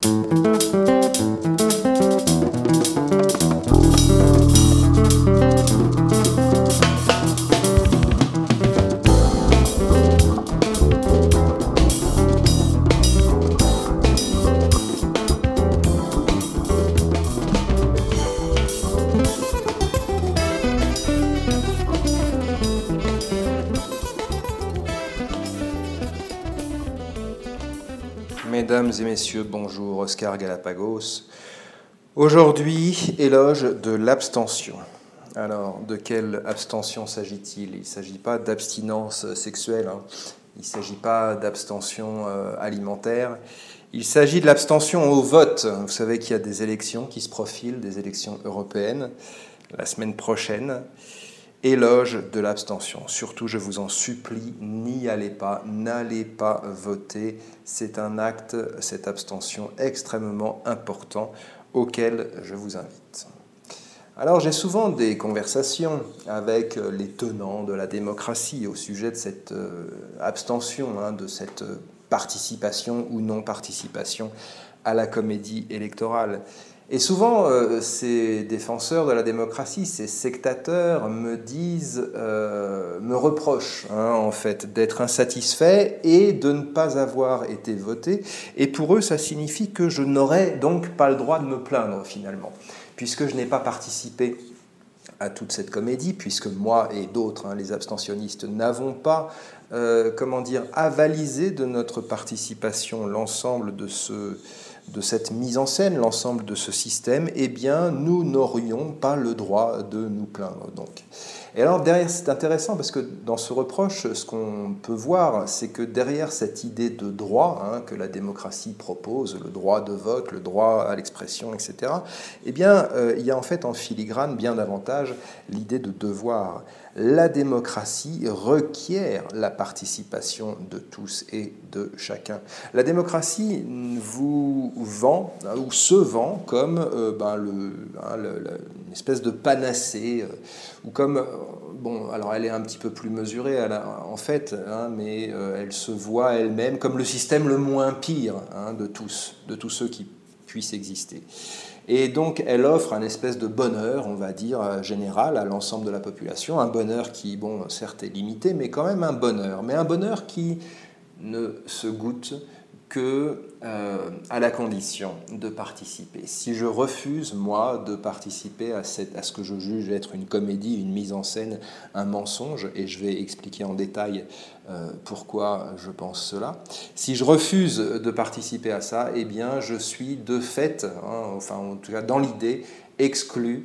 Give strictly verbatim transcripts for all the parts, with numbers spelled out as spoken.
Mesdames et messieurs, bonjour, Oscar Galapagos. Aujourd'hui, éloge de l'abstention. Alors, de quelle abstention s'agit-il ? Il ne s'agit pas d'abstinence sexuelle, hein. Il ne s'agit pas d'abstention euh, alimentaire. Il s'agit de l'abstention au vote. Vous savez qu'il y a des élections qui se profilent, des élections européennes, la semaine prochaine. Éloge de l'abstention. Surtout, je vous en supplie, n'y allez pas, n'allez pas voter. C'est un acte, cette abstention, extrêmement important auquel je vous invite. Alors, j'ai souvent des conversations avec les tenants de la démocratie au sujet de cette euh, abstention, hein, de cette participation ou non-participation à la comédie électorale. Et souvent, euh, ces défenseurs de la démocratie, ces sectateurs me disent, euh, me reprochent hein, en fait d'être insatisfaits et de ne pas avoir été voté. Et pour eux, ça signifie que je n'aurais donc pas le droit de me plaindre finalement, puisque je n'ai pas participé à toute cette comédie, puisque moi et d'autres, hein, les abstentionnistes, n'avons pas, euh, comment dire, avalisé de notre participation l'ensemble de ce... de cette mise en scène, l'ensemble de ce système, eh bien, nous n'aurions pas le droit de nous plaindre. Donc. Et alors, derrière, c'est intéressant parce que dans ce reproche, ce qu'on peut voir, c'est que derrière cette idée de droit hein, que la démocratie propose, le droit de vote, le droit à l'expression, et cetera, eh bien, euh, il y a en fait en filigrane bien davantage l'idée de devoir. La démocratie requiert la participation de tous et de chacun. La démocratie vous vend, ou se vend, comme euh, ben, le, hein, le, le, une espèce de panacée, euh, ou comme, euh, bon, alors elle est un petit peu plus mesurée elle a, en fait, hein, mais euh, elle se voit elle-même comme le système le moins pire hein, de tous, de tous ceux qui puissent exister. Et donc, elle offre un espèce de bonheur, on va dire, général à l'ensemble de la population. Un bonheur qui, bon, certes est limité, mais quand même un bonheur. Mais un bonheur qui ne se goûte que euh, à la condition de participer. Si je refuse, moi, de participer à, cette, à ce que je juge être une comédie, une mise en scène, un mensonge, et je vais expliquer en détail euh, pourquoi je pense cela, si je refuse de participer à ça, eh bien, je suis de fait, hein, enfin, en tout cas dans l'idée, exclu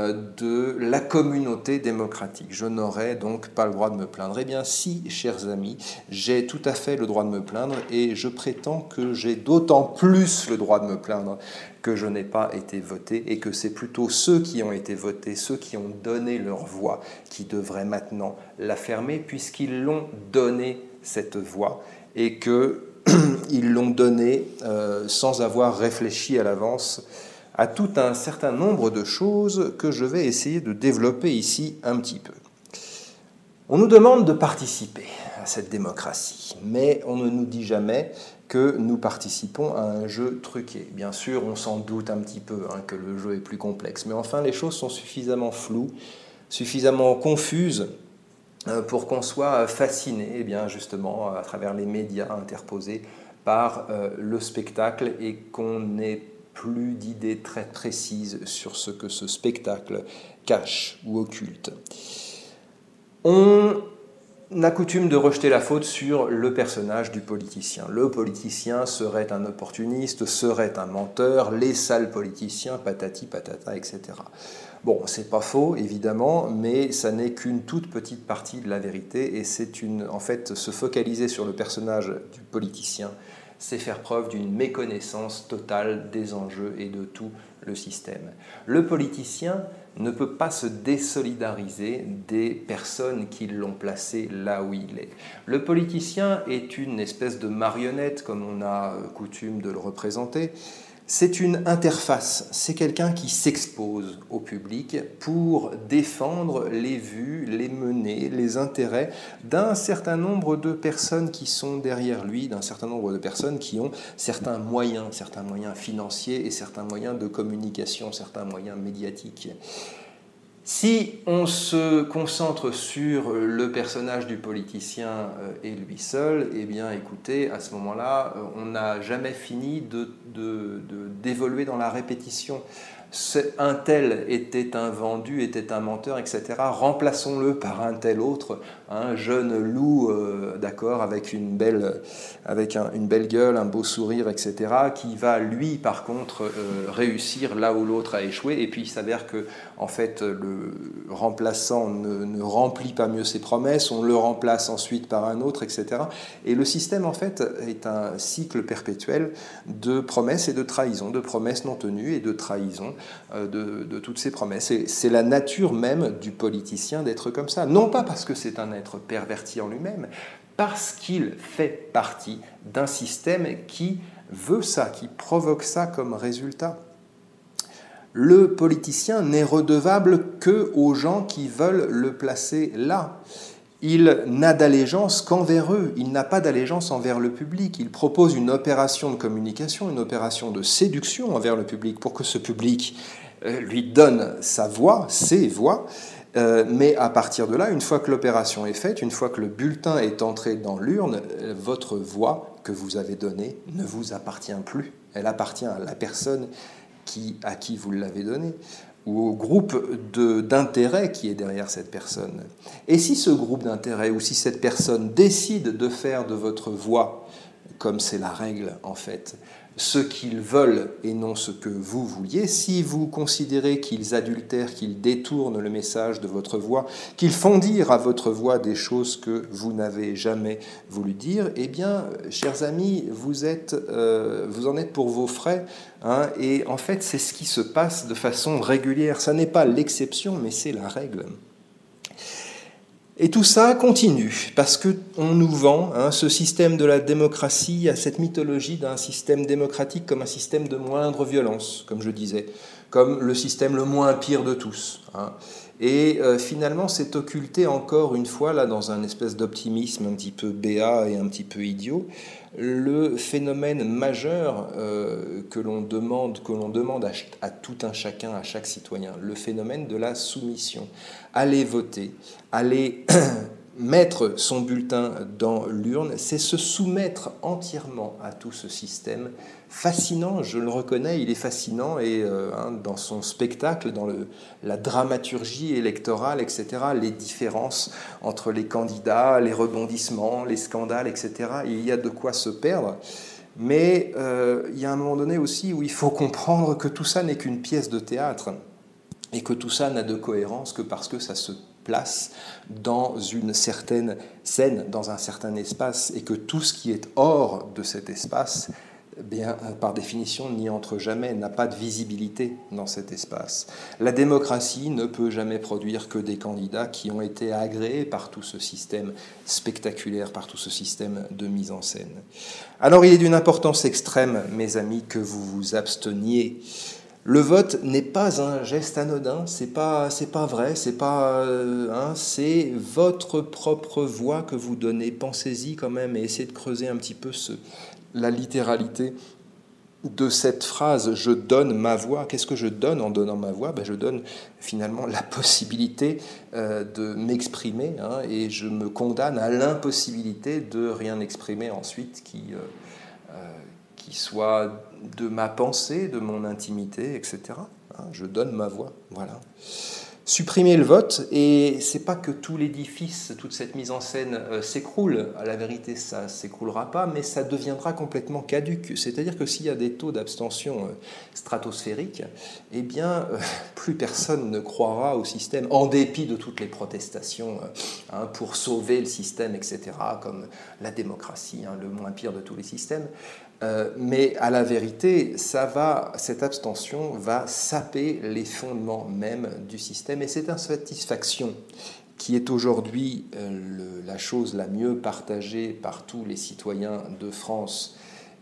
de la communauté démocratique. Je n'aurais donc pas le droit de me plaindre. Eh bien, si, chers amis, j'ai tout à fait le droit de me plaindre et je prétends que j'ai d'autant plus le droit de me plaindre que je n'ai pas été voté et que c'est plutôt ceux qui ont été votés, ceux qui ont donné leur voix, qui devraient maintenant la fermer puisqu'ils l'ont donné cette voix et qu'ils l'ont donnée euh, sans avoir réfléchi à l'avance à tout un certain nombre de choses que je vais essayer de développer ici un petit peu. On nous demande de participer à cette démocratie, mais on ne nous dit jamais que nous participons à un jeu truqué. Bien sûr, on s'en doute un petit peu hein, que le jeu est plus complexe, mais enfin, les choses sont suffisamment floues, suffisamment confuses pour qu'on soit fasciné, eh bien, justement, à travers les médias interposés par euh, le spectacle et qu'on ait plus d'idées très précises sur ce que ce spectacle cache ou occulte. On a coutume de rejeter la faute sur le personnage du politicien. Le politicien serait un opportuniste, serait un menteur, les sales politiciens, patati patata, et cetera. Bon, c'est pas faux, évidemment, mais ça n'est qu'une toute petite partie de la vérité, et c'est une, en fait, se focaliser sur le personnage du politicien, c'est faire preuve d'une méconnaissance totale des enjeux et de tout le système. Le politicien ne peut pas se désolidariser des personnes qui l'ont placé là où il est. Le politicien est une espèce de marionnette, comme on a coutume de le représenter. C'est une interface, c'est quelqu'un qui s'expose au public pour défendre les vues, les menées, les intérêts d'un certain nombre de personnes qui sont derrière lui, d'un certain nombre de personnes qui ont certains moyens, certains moyens financiers et certains moyens de communication, certains moyens médiatiques. Si on se concentre sur le personnage du politicien et lui seul, eh bien écoutez, à ce moment-là, on n'a jamais fini de, de, de, d'évoluer dans la répétition. Un tel était un vendu, était un menteur, et cetera. Remplaçons-le par un tel autre, un jeune loup, euh, d'accord, avec, une belle, avec un, une belle gueule, un beau sourire, et cetera, qui va, lui, par contre, euh, réussir là où l'autre a échoué. Et puis, il s'avère que, en fait, le remplaçant ne, ne remplit pas mieux ses promesses, on le remplace ensuite par un autre, et cetera. Et le système, en fait, est un cycle perpétuel de promesses et de trahisons, de promesses non tenues et de trahisons De, de toutes ces promesses. Et c'est la nature même du politicien d'être comme ça. Non pas parce que c'est un être perverti en lui-même, parce qu'il fait partie d'un système qui veut ça, qui provoque ça comme résultat. Le politicien n'est redevable qu'aux gens qui veulent le placer là. Il n'a d'allégeance qu'envers eux, il n'a pas d'allégeance envers le public. Il propose une opération de communication, une opération de séduction envers le public pour que ce public lui donne sa voix, ses voix. Mais à partir de là, une fois que l'opération est faite, une fois que le bulletin est entré dans l'urne, votre voix que vous avez donnée ne vous appartient plus. Elle appartient à la personne qui, à qui vous l'avez donnée, ou au groupe de, d'intérêt qui est derrière cette personne. Et si ce groupe d'intérêt, ou si cette personne décide de faire de votre voix, comme c'est la règle en fait, ce qu'ils veulent et non ce que vous vouliez, si vous considérez qu'ils adultèrent, qu'ils détournent le message de votre voix, qu'ils font dire à votre voix des choses que vous n'avez jamais voulu dire, eh bien, chers amis, vous, êtes, euh, vous en êtes pour vos frais, hein, et en fait, c'est ce qui se passe de façon régulière. Ça n'est pas l'exception, mais c'est la règle. Et tout ça continue, parce qu'on nous vend hein, ce système de la démocratie, à cette mythologie d'un système démocratique comme un système de moindre violence, comme je disais, comme le système le moins pire de tous. Hein. Et euh, finalement, c'est occulté encore une fois, là, dans un espèce d'optimisme un petit peu béat et un petit peu idiot, le phénomène majeur euh, que l'on demande, que l'on demande à, à tout un chacun, à chaque citoyen, le phénomène de la soumission. Aller voter, aller mettre son bulletin dans l'urne, c'est se soumettre entièrement à tout ce système fascinant, je le reconnais, il est fascinant, et euh, hein, dans son spectacle, dans le, la dramaturgie électorale, et cetera, les différences entre les candidats, les rebondissements, les scandales, et cetera, il y a de quoi se perdre. Mais euh, il y a un moment donné aussi où il faut comprendre que tout ça n'est qu'une pièce de théâtre, et que tout ça n'a de cohérence que parce que ça se place dans une certaine scène, dans un certain espace, et que tout ce qui est hors de cet espace, eh bien, par définition, n'y entre jamais, n'a pas de visibilité dans cet espace. La démocratie ne peut jamais produire que des candidats qui ont été agréés par tout ce système spectaculaire, par tout ce système de mise en scène. Alors, il est d'une importance extrême, mes amis, que vous vous absteniez. Le vote n'est pas un geste anodin, c'est pas, c'est pas vrai, c'est pas, euh, hein, c'est votre propre voix que vous donnez. Pensez-y quand même et essayez de creuser un petit peu ce, la littéralité de cette phrase « je donne ma voix ». Qu'est-ce que je donne en donnant ma voix ? Ben, je donne finalement la possibilité euh, de m'exprimer, hein, et je me condamne à l'impossibilité de rien exprimer ensuite qui... Euh, euh, qui soit de ma pensée, de mon intimité, et cetera. Je donne ma voix, voilà. Supprimer le vote, et c'est pas que tout l'édifice, toute cette mise en scène euh, s'écroule. À la vérité, ça s'écroulera pas, mais ça deviendra complètement caduque. C'est-à-dire que s'il y a des taux d'abstention euh, stratosphériques, eh bien, euh, plus personne ne croira au système, en dépit de toutes les protestations euh, hein, pour sauver le système, et cetera, comme la démocratie, hein, le moins pire de tous les systèmes. Euh, mais à la vérité, ça va, cette abstention va saper les fondements même du système, et cette insatisfaction qui est aujourd'hui euh, le, la chose la mieux partagée par tous les citoyens de France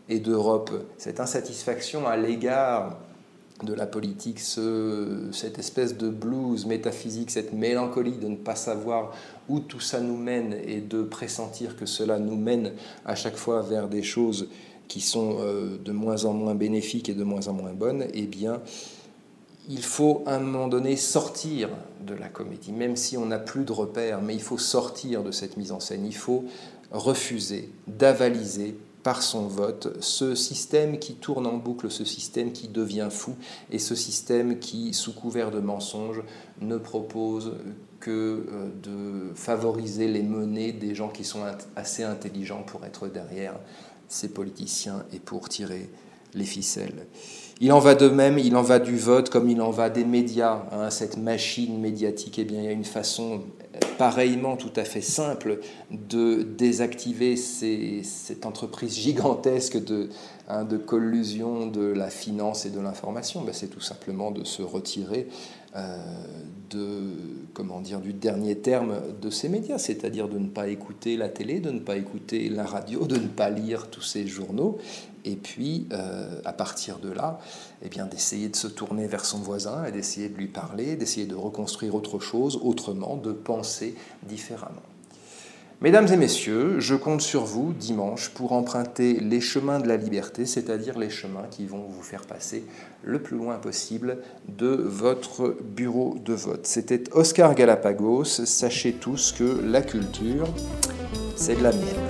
et d'Europe, cette insatisfaction à l'égard de la politique, ce, cette espèce de blues métaphysique, cette mélancolie de ne pas savoir où tout ça nous mène et de pressentir que cela nous mène à chaque fois vers des choses qui sont euh, de moins en moins bénéfiques et de moins en moins bonnes, eh bien, il faut à un moment donné sortir de la comédie, même si on n'a plus de repères, mais il faut sortir de cette mise en scène, il faut refuser d'avaliser par son vote ce système qui tourne en boucle, ce système qui devient fou, et ce système qui, sous couvert de mensonges, ne propose que de favoriser les menées des gens qui sont assez intelligents pour être derrière ces politiciens et pour tirer les ficelles. Il en va de même, il en va du vote comme il en va des médias. Hein, cette machine médiatique, eh bien, il y a une façon pareillement tout à fait simple de désactiver ces, cette entreprise gigantesque de, hein, de collusion de la finance et de l'information. Ben, c'est tout simplement de se retirer euh, de, comment dire, du dernier terme de ces médias, c'est-à-dire de ne pas écouter la télé, de ne pas écouter la radio, de ne pas lire tous ces journaux, et puis euh, à partir de là, eh bien, d'essayer de se tourner vers son voisin et d'essayer de lui parler, d'essayer de reconstruire autre chose, autrement, de penser différemment. Mesdames et messieurs, je compte sur vous dimanche pour emprunter les chemins de la liberté, c'est-à-dire les chemins qui vont vous faire passer le plus loin possible de votre bureau de vote. C'était Oscar Galapagos. Sachez tous que la culture, c'est de la mienne.